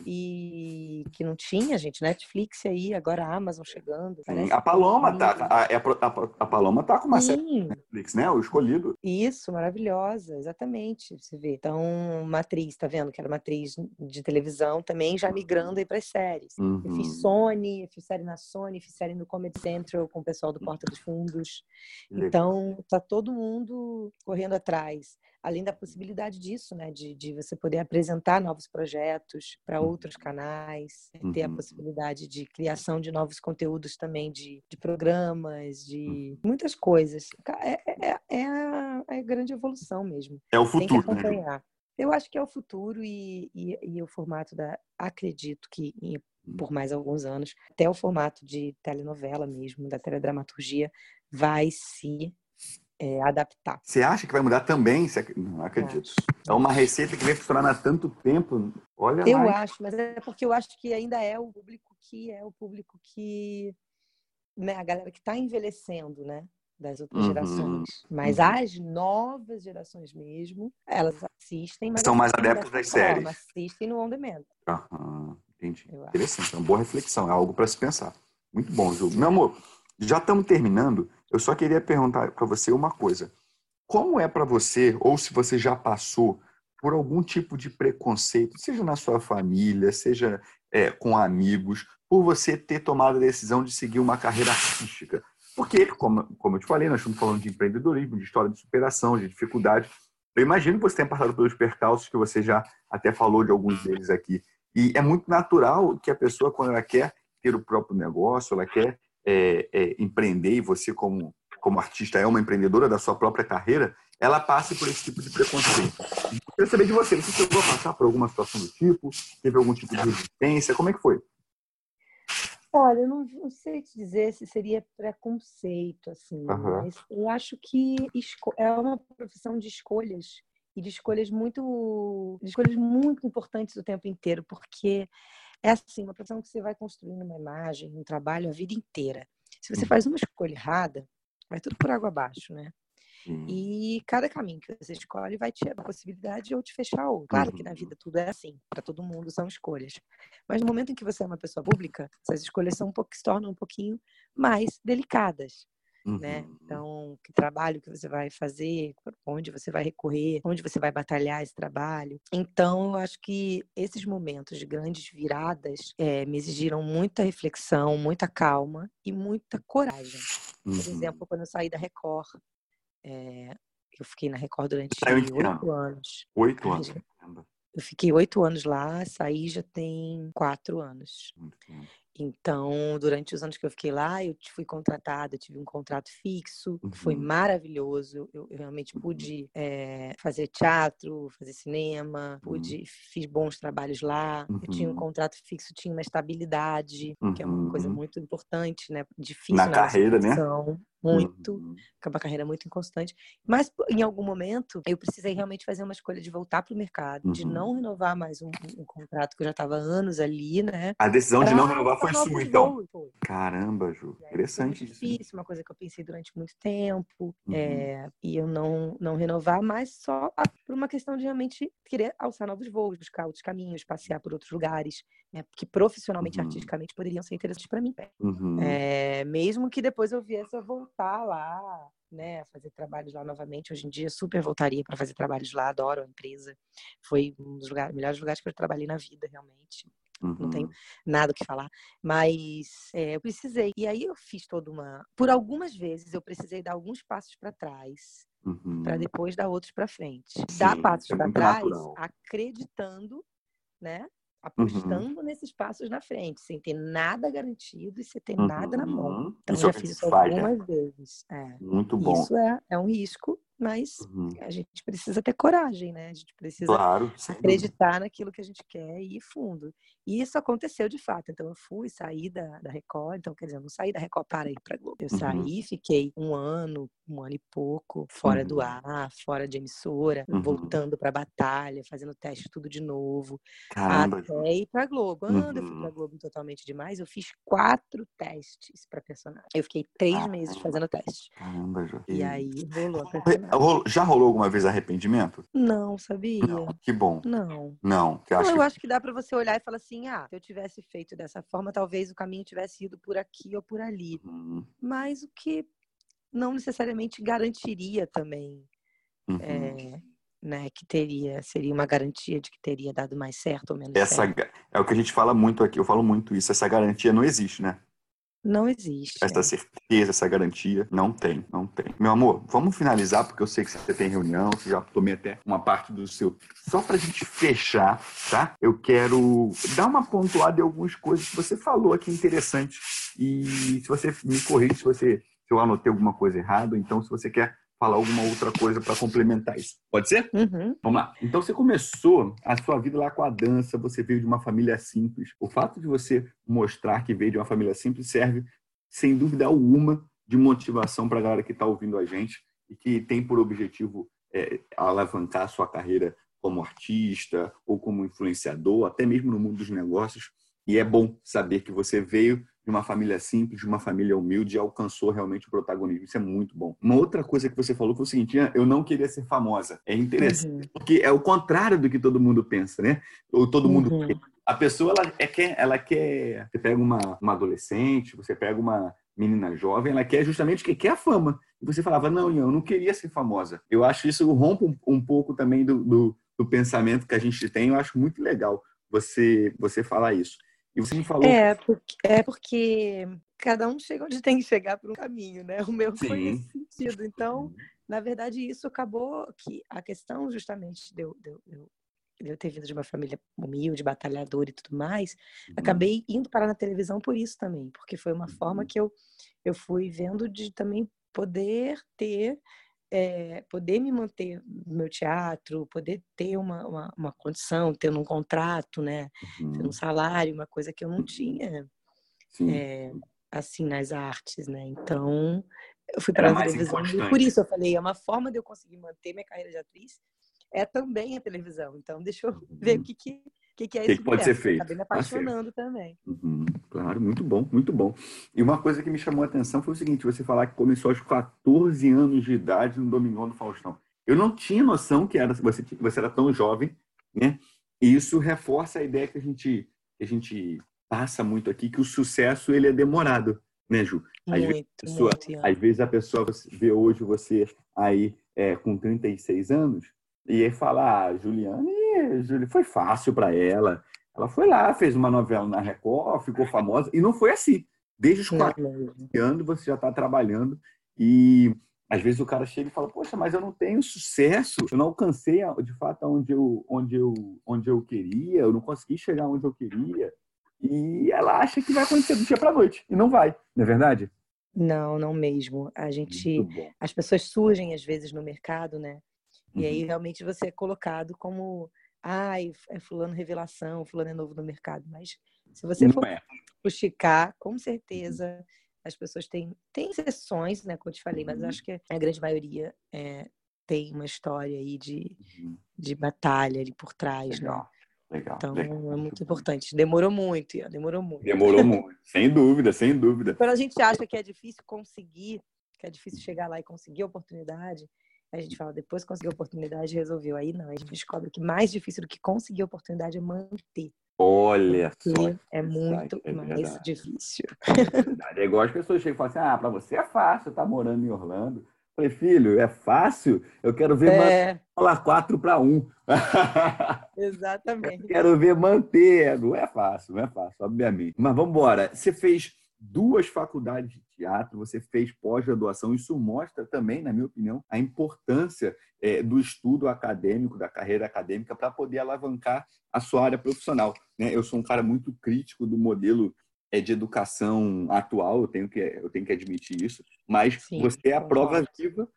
e que não tinha, gente, Netflix aí, agora a Amazon chegando. A Paloma a Paloma tá com uma série na Netflix, né? O Escolhido. Isso, maravilhosa, exatamente. Você vê. Então, uma atriz, tá vendo? Que era uma atriz de televisão também, já migrando aí para as séries. Eu fiz série na Sony, fiz série no Comedy Central com o pessoal do Porta dos Fundos. Então, tá todo mundo correndo atrás. Além da possibilidade disso, né? De você poder apresentar novos projetos para outros canais, ter a possibilidade de criação de novos conteúdos também, de programas, de muitas coisas. É a grande evolução mesmo. É o futuro, tem que acompanhar. Né? Eu acho que é o futuro e o formato acredito que por mais alguns anos, até o formato de telenovela mesmo, da teledramaturgia, vai se adaptar. Você acha que vai mudar também? Não acredito. É uma receita que vem funcionando há tanto tempo. Olha lá. Eu acho, mas é porque eu acho que ainda é o público que né, a galera que está envelhecendo, né? Das outras gerações. Mas as novas gerações mesmo, elas assistem, mas são mais adeptas das séries. Assistem no on demand. Entendi. Interessante, é uma boa reflexão, é algo para se pensar. Muito bom, Ju. Meu amor, já estamos terminando. Eu só queria perguntar para você uma coisa. Como é para você, ou se você já passou por algum tipo de preconceito, seja na sua família, seja com amigos, por você ter tomado a decisão de seguir uma carreira artística? Porque, como eu te falei, nós estamos falando de empreendedorismo, de história de superação, de dificuldade. Eu imagino que você tenha passado pelos percalços que você já até falou de alguns deles aqui. E é muito natural que a pessoa, quando ela quer ter o próprio negócio, ela quer empreender, e você, como artista, é uma empreendedora da sua própria carreira, ela passe por esse tipo de preconceito. Eu queria saber de você. Você chegou a passar por alguma situação do tipo? Teve algum tipo de resistência? Como é que foi? Olha, eu não sei te dizer se seria preconceito, assim, mas eu acho que é uma profissão de escolhas e de escolhas muito importantes o tempo inteiro, porque é assim, uma profissão que você vai construindo uma imagem, um trabalho a vida inteira. Se você faz uma escolha errada, vai tudo por água abaixo, né? E cada caminho que você escolhe vai te dar a possibilidade de ou te fechar ou. Claro que na vida tudo é assim, para todo mundo são escolhas. Mas no momento em que você é uma pessoa pública, essas escolhas se tornam um pouquinho mais delicadas, né? Então, que trabalho que você vai fazer, onde você vai recorrer, onde você vai batalhar esse trabalho. Então, eu acho que esses momentos de grandes viradas me exigiram muita reflexão, muita calma e muita coragem. Por exemplo, quando eu saí da Record, eu fiquei na Record durante 8 anos. 8 anos. Eu fiquei 8 anos lá, saí já tem 4 anos. Então, durante os anos que eu fiquei lá, eu fui contratada, eu tive um contrato fixo, foi maravilhoso. Eu realmente pude fazer teatro, fazer cinema, fiz bons trabalhos lá. Eu tinha um contrato fixo, tinha uma estabilidade, que é uma coisa muito importante, né? Difícil na na nossa carreira, né? profissão. Muito, que é uma carreira muito inconstante. Mas, em algum momento, eu precisei realmente fazer uma escolha de voltar para o mercado, de não renovar mais um contrato que eu já estava há anos ali, né? A decisão de não renovar foi novos sua, então. voos. Caramba, Ju. Interessante Foi muito isso. Né? difícil, uma coisa que eu pensei durante muito tempo. E eu não renovar, mas só por uma questão de realmente querer alçar novos voos, buscar outros caminhos, passear por outros lugares, né, que profissionalmente, artisticamente, poderiam ser interessantes para mim. Mesmo que depois eu viesse a voltar lá, né, fazer trabalhos lá novamente. Hoje em dia, super voltaria para fazer trabalhos lá, adoro a empresa. Foi um dos melhores lugares que eu trabalhei na vida, realmente. Não tenho nada o que falar. Mas eu precisei. E aí eu fiz Por algumas vezes, eu precisei dar alguns passos para trás, para depois dar outros para frente. Sim, dar passos para trás, natural. acreditando, né? Apostando nesses passos na frente, sem ter nada garantido e sem ter nada na mão. Então, isso já fiz isso algumas vezes. Muito bom. Isso é um risco, mas a gente precisa ter coragem, né? A gente precisa acreditar naquilo que a gente quer e ir fundo. E isso aconteceu de fato. Então, eu saí da Record. Então, quer dizer, eu não saí da Record para ir para Globo. Eu saí, fiquei um ano e pouco, fora do ar, fora de emissora, voltando para a batalha, fazendo teste tudo de novo. Caramba, até ir pra Globo. Quando eu fui pra Globo Totalmente Demais, eu fiz 4 testes pra personagem. Eu fiquei 3 meses fazendo teste. Caramba, Ju. E aí rolou a personagem. Já rolou alguma vez arrependimento? Não, sabia? Não, que bom. Não. Não. Eu acho que dá pra você olhar e falar assim, se eu tivesse feito dessa forma, talvez o caminho tivesse ido por aqui ou por ali. Mas o que não necessariamente garantiria também né, que seria uma garantia de que teria dado mais certo ou menos certo. É o que a gente fala muito aqui, eu falo muito isso, essa garantia não existe, né? Não existe. Essa certeza, essa garantia, não tem. Meu amor, vamos finalizar, porque eu sei que você tem reunião, você já tomei até uma parte do seu... Só pra gente fechar, tá? Eu quero dar uma pontuada em algumas coisas que você falou aqui interessante. E se você me corrige, se eu anotei alguma coisa errada, então se você quer falar alguma outra coisa para complementar isso. Pode ser? Vamos lá. Então, você começou a sua vida lá com a dança, você veio de uma família simples. O fato de você mostrar que veio de uma família simples serve, sem dúvida alguma, de motivação para a galera que está ouvindo a gente e que tem por objetivo alavancar a sua carreira como artista ou como influenciador, até mesmo no mundo dos negócios. E é bom saber que você veio de uma família simples, de uma família humilde e alcançou realmente o protagonismo. Isso é muito bom. Uma outra coisa que você falou foi o seguinte, eu não queria ser famosa. É interessante, porque é o contrário do que todo mundo pensa, né? Ou todo mundo... A pessoa, ela quer... Você pega uma adolescente, você pega uma menina jovem, ela quer justamente que quer a fama. E você falava, não, eu não queria ser famosa. Eu acho isso rompe um pouco também do pensamento que a gente tem. Eu acho muito legal você falar isso. E você me falou... porque cada um chega onde tem que chegar por um caminho, né? O meu foi nesse sentido. Então, na verdade, isso acabou que a questão justamente de eu ter vindo de uma família humilde, batalhadora e tudo mais, acabei indo parar na televisão por isso também, porque foi uma forma que eu fui vendo de também poder me manter no meu teatro, poder ter uma condição, tendo um contrato, né? Tendo um salário, uma coisa que eu não tinha assim nas artes, né? Então, eu fui para a televisão e por isso eu falei, é uma forma de eu conseguir manter minha carreira de atriz, é também a televisão. Então, deixa eu ver o que é isso que pode ser feito. Acabei me apaixonando também. Claro, muito bom, muito bom. E uma coisa que me chamou a atenção foi o seguinte, você falar que começou aos 14 anos de idade no Domingão do Faustão. Eu não tinha noção que você era tão jovem, né? E isso reforça a ideia que a gente passa muito aqui, que o sucesso ele é demorado, né, Ju? Às vezes a pessoa vê hoje você aí com 36 anos e fala, Juliane foi fácil para ela. Ela foi lá, fez uma novela na Record, ficou famosa. E não foi assim. Desde os 14 anos você já está trabalhando. E Às vezes o cara chega e fala, poxa, mas eu não tenho sucesso, eu não alcancei de fato onde eu queria, eu não consegui chegar onde eu queria. E ela acha que vai acontecer do dia para a noite. E não vai, não é verdade? Não, não mesmo. Muito bom. As pessoas surgem às vezes no mercado, né? E aí Uhum. realmente você é colocado como, ai, é fulano revelação, fulano é novo no mercado. Mas se você Não for é. fuxicar, com Uhum. certeza as pessoas têm exceções, né, como eu te falei, mas Uhum. acho que a grande maioria tem uma história aí Uhum. de batalha ali por trás, né? Legal, legal, Então legal. é muito importante. Demorou muito, Ian, demorou muito. Demorou muito, sem dúvida, sem dúvida. Quando a gente acha que é difícil conseguir, que é difícil chegar lá e conseguir a oportunidade, a gente fala, depois que conseguiu a oportunidade, resolveu. Aí não, a gente descobre que mais difícil do que conseguir a oportunidade é manter. Olha só, Porque é muito é mais verdade. difícil. É verdade. É igual as pessoas chegam e falam assim, para você é fácil, tá morando em Orlando. Eu falei, filho, é fácil? Eu quero ver falar 4-1. Exatamente. Quero ver manter. Não é fácil, não é fácil, obviamente. Mas vamos embora. Você fez 2 faculdades de teatro, você fez pós-graduação. Isso mostra também, na minha opinião, a importância do estudo acadêmico, da carreira acadêmica, para poder alavancar a sua área profissional. Né? Eu sou um cara muito crítico do modelo de educação atual, eu tenho que admitir isso, mas Sim, você é a prova concordo. viva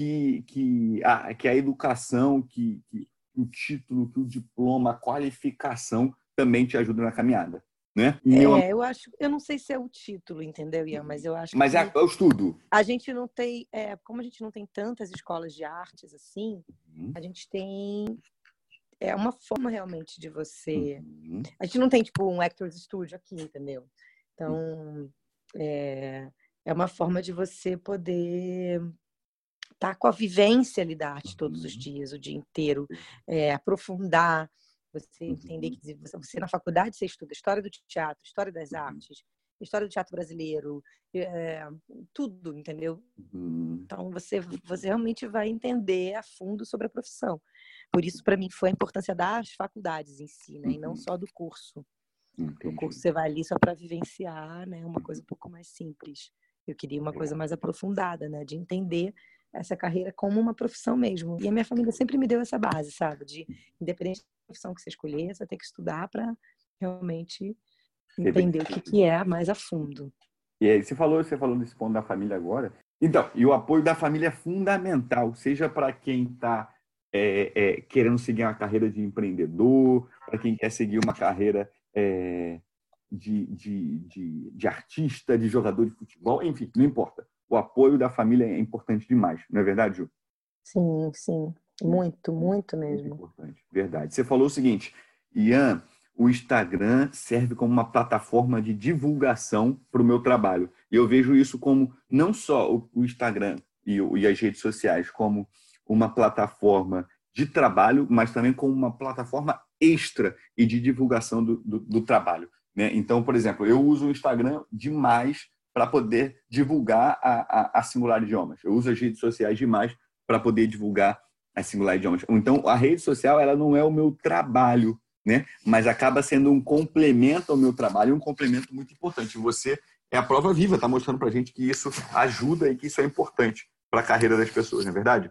que a educação, que o título, que o diploma, a qualificação também te ajuda na caminhada, né? Eu não sei se é o título, entendeu, Ian? Mas eu acho Mas que é o estudo. a gente não tem, como a gente não tem tantas escolas de artes assim, a gente tem uma forma realmente de você. A gente não tem tipo um Actors Studio aqui, entendeu? Então é uma forma de você poder estar com a vivência ali da arte todos os dias, o dia inteiro, aprofundar, você entender que você na faculdade você estuda história do teatro, história das artes, história do teatro brasileiro, tudo, entendeu? Então você realmente vai entender a fundo sobre a profissão. Por isso, para mim, foi a importância das faculdades em si, né? E não só do curso. Entendi. O curso você vai ali só para vivenciar, né? Uma coisa um pouco mais simples. Eu queria uma coisa mais aprofundada, né? De entender essa carreira como uma profissão mesmo. E a minha família sempre me deu essa base, sabe? De, independente da profissão que você escolher, você tem que estudar para realmente entender o que é mais a fundo. E aí, você falou desse ponto da família agora. Então, e o apoio da família é fundamental, seja para quem está querendo seguir uma carreira de empreendedor, para quem quer seguir uma carreira de artista, de jogador de futebol, enfim, não importa. O apoio da família é importante demais, não é verdade, Ju? Sim, sim. Muito, muito mesmo. Muito importante, verdade. Você falou o seguinte, Ian, o Instagram serve como uma plataforma de divulgação para o meu trabalho. E eu vejo isso como não só o Instagram e as redes sociais como uma plataforma de trabalho, mas também como uma plataforma extra e de divulgação do trabalho. Né? Então, por exemplo, eu uso o Instagram demais para poder divulgar a Singular Idiomas. Eu uso as redes sociais demais para poder divulgar a Singular Idiomas. Então, a rede social ela não é o meu trabalho, né? Mas acaba sendo um complemento ao meu trabalho, um complemento muito importante. Você é a prova viva, está mostrando para a gente que isso ajuda e que isso é importante para a carreira das pessoas, não é verdade?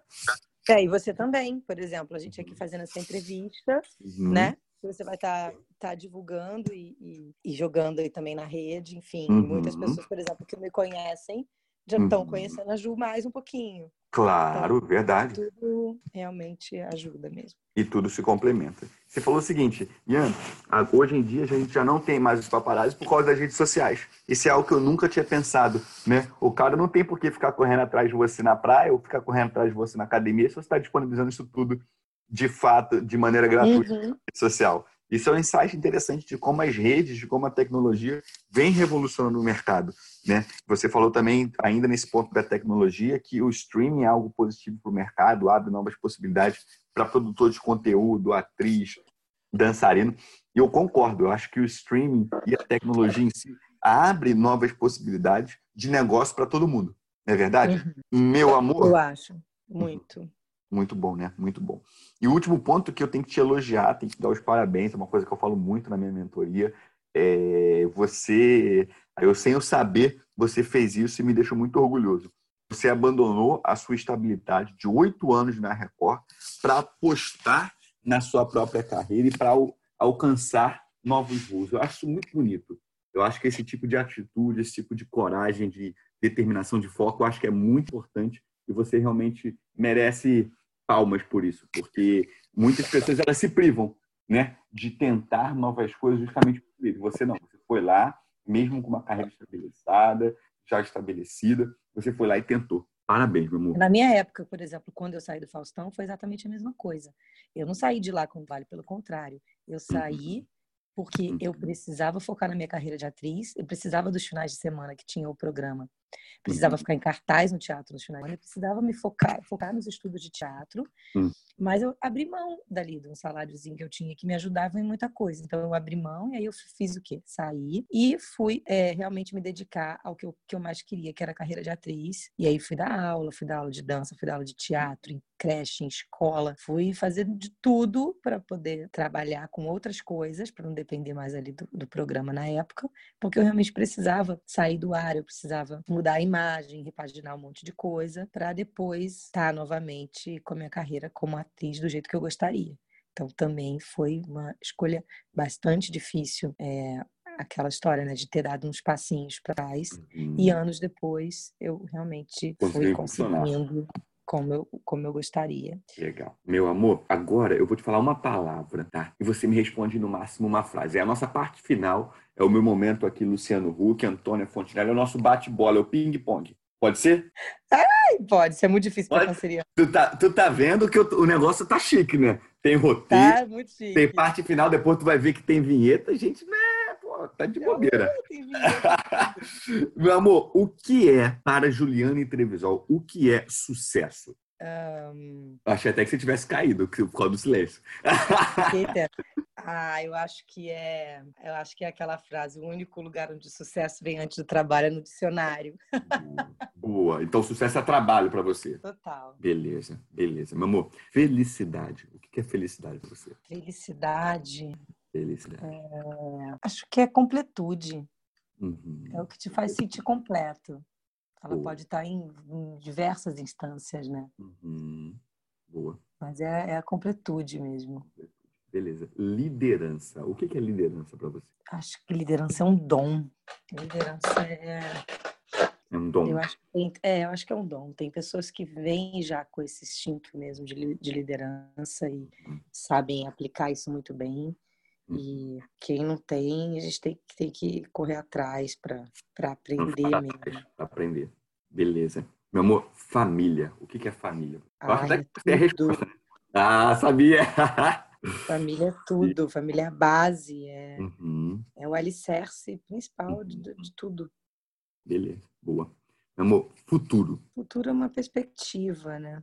E você também, por exemplo, a gente aqui fazendo essa entrevista, né? Você vai estar divulgando e jogando aí também na rede, enfim. Muitas pessoas, por exemplo, que me conhecem, já estão conhecendo a Ju mais um pouquinho. Claro, então, verdade. Tudo realmente ajuda mesmo. E tudo se complementa. Você falou o seguinte, Ian, hoje em dia a gente já não tem mais os paparazzi por causa das redes sociais. Isso é algo que eu nunca tinha pensado, né? O cara não tem por que ficar correndo atrás de você na praia ou ficar correndo atrás de você na academia se você está disponibilizando isso tudo de fato, de maneira gratuita na rede social. Isso é um insight interessante de como as redes, de como a tecnologia vem revolucionando o mercado, né? Você falou também, ainda nesse ponto da tecnologia, que o streaming é algo positivo para o mercado, abre novas possibilidades para produtor de conteúdo, atriz, dançarino. E eu concordo, eu acho que o streaming e a tecnologia em si abre novas possibilidades de negócio para todo mundo. Não é verdade? Meu amor? Eu acho. Muito. Muito bom, né? Muito bom. E o último ponto que eu tenho que te elogiar, tenho que dar os parabéns, é uma coisa que eu falo muito na minha mentoria, eu sem eu saber, você fez isso e me deixou muito orgulhoso. Você abandonou a sua estabilidade de 8 anos na Record para apostar na sua própria carreira e para alcançar novos voos. Eu acho isso muito bonito. Eu acho que esse tipo de atitude, esse tipo de coragem, de determinação, de foco, eu acho que é muito importante e você realmente merece palmas por isso, porque muitas pessoas elas se privam, né, de tentar novas coisas justamente por isso. Você não, você foi lá, mesmo com uma carreira já estabelecida, você foi lá e tentou. Parabéns, meu amor. Na minha época, por exemplo, quando eu saí do Faustão, foi exatamente a mesma coisa. Eu não saí de lá com vale, pelo contrário. Eu saí porque eu precisava focar na minha carreira de atriz, eu precisava dos finais de semana que tinha o programa. Precisava ficar em cartaz no teatro nos finais de semana, eu precisava me focar nos estudos de teatro, mas eu abri mão dali de um saláriozinho que eu tinha que me ajudava em muita coisa. Então eu abri mão e aí eu fiz o quê? Saí e fui realmente me dedicar ao que eu mais queria, que era a carreira de atriz. E aí fui dar aula de dança, fui dar aula de teatro, em creche, em escola. Fui fazendo de tudo para poder trabalhar com outras coisas, para não depender mais ali do programa na época, porque eu realmente precisava sair do ar, eu precisava mudar a imagem, repaginar um monte de coisa, para depois estar novamente com a minha carreira como atriz do jeito que eu gostaria. Então também foi uma escolha bastante difícil, aquela história, né, de ter dado uns passinhos para trás, e anos depois eu realmente fui conseguindo como eu gostaria. Legal. Meu amor, agora eu vou te falar uma palavra, tá? E você me responde no máximo uma frase. É a nossa parte final, é o meu momento aqui, Luciano Huck, Antônia Fontinelli, é o nosso bate-bola, é o ping-pong. Pode ser? Pode, isso é muito difícil para canceriano. Tu tá vendo que o negócio tá chique, né? Tem roteiro, tá muito chique. Tem parte final, depois tu vai ver que tem vinheta, gente, né? Pô, tá de bobeira. Tem vinheta. Meu amor, o que é, para Juliane Trevisol, o que é sucesso? Achei até que você tivesse caído por causa do silêncio. Eu acho que é aquela frase: o único lugar onde o sucesso vem antes do trabalho é no dicionário. Boa. Então, sucesso é trabalho para você. Total. Beleza. Meu amor, felicidade. O que é felicidade para você? Felicidade. Acho que é completude. É o que te faz sentir completo. Ela pode estar em diversas instâncias, né? Boa. Mas é a completude mesmo. Beleza. Liderança. O que é liderança para você? Acho que liderança é um dom. Liderança é um dom. Eu acho que é um dom. Tem pessoas que vêm já com esse instinto mesmo de liderança e sabem aplicar isso muito bem. E quem não tem, a gente tem que correr atrás para aprender mesmo. Para aprender. Beleza. Meu amor, família. O que é família? Eu acho até que você é a resposta. Sabia! Família é tudo. Família é a base. É o alicerce principal de tudo. Beleza. Boa. Meu amor, futuro. Futuro é uma perspectiva, né?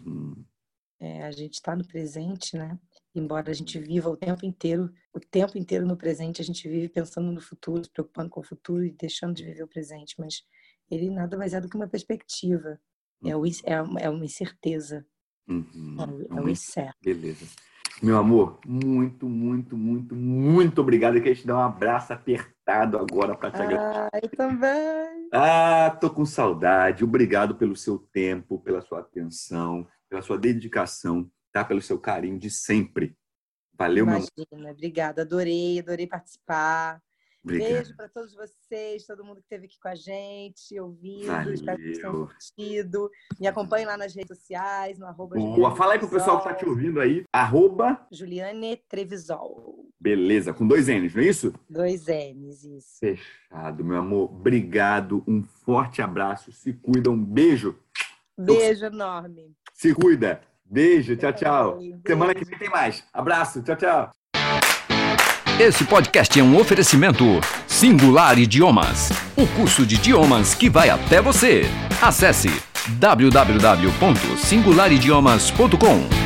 A gente está no presente, né? Embora a gente viva o tempo inteiro no presente, a gente vive pensando no futuro, se preocupando com o futuro e deixando de viver o presente, mas ele nada mais é do que uma perspectiva. É uma incerteza. É o incerto. Beleza. Meu amor, muito, muito, muito, muito obrigado. Eu queria te dar um abraço apertado agora para te agradecer. Eu também. Tô com saudade. Obrigado pelo seu tempo, pela sua atenção, pela sua dedicação, tá? Pelo seu carinho de sempre. Valeu, meu amor. Imagina, obrigada. Adorei participar. Obrigado. Beijo para todos vocês, todo mundo que esteve aqui com a gente, ouvindo. Espero que vocês tenham curtido. Me acompanhem lá nas redes sociais, no @Juliane. Fala aí pro pessoal que tá te ouvindo aí. Juliane Trevisol. Beleza, com 2 N's, não é isso? 2 N's, isso. Fechado, meu amor. Obrigado, um forte abraço. Se cuida, um beijo. Beijo enorme. Se cuida. Beijo, tchau. Beijo. Semana que vem tem mais. Abraço, tchau. Esse podcast é um oferecimento Singular Idiomas, o curso de idiomas que vai até você. Acesse www.singularidiomas.com.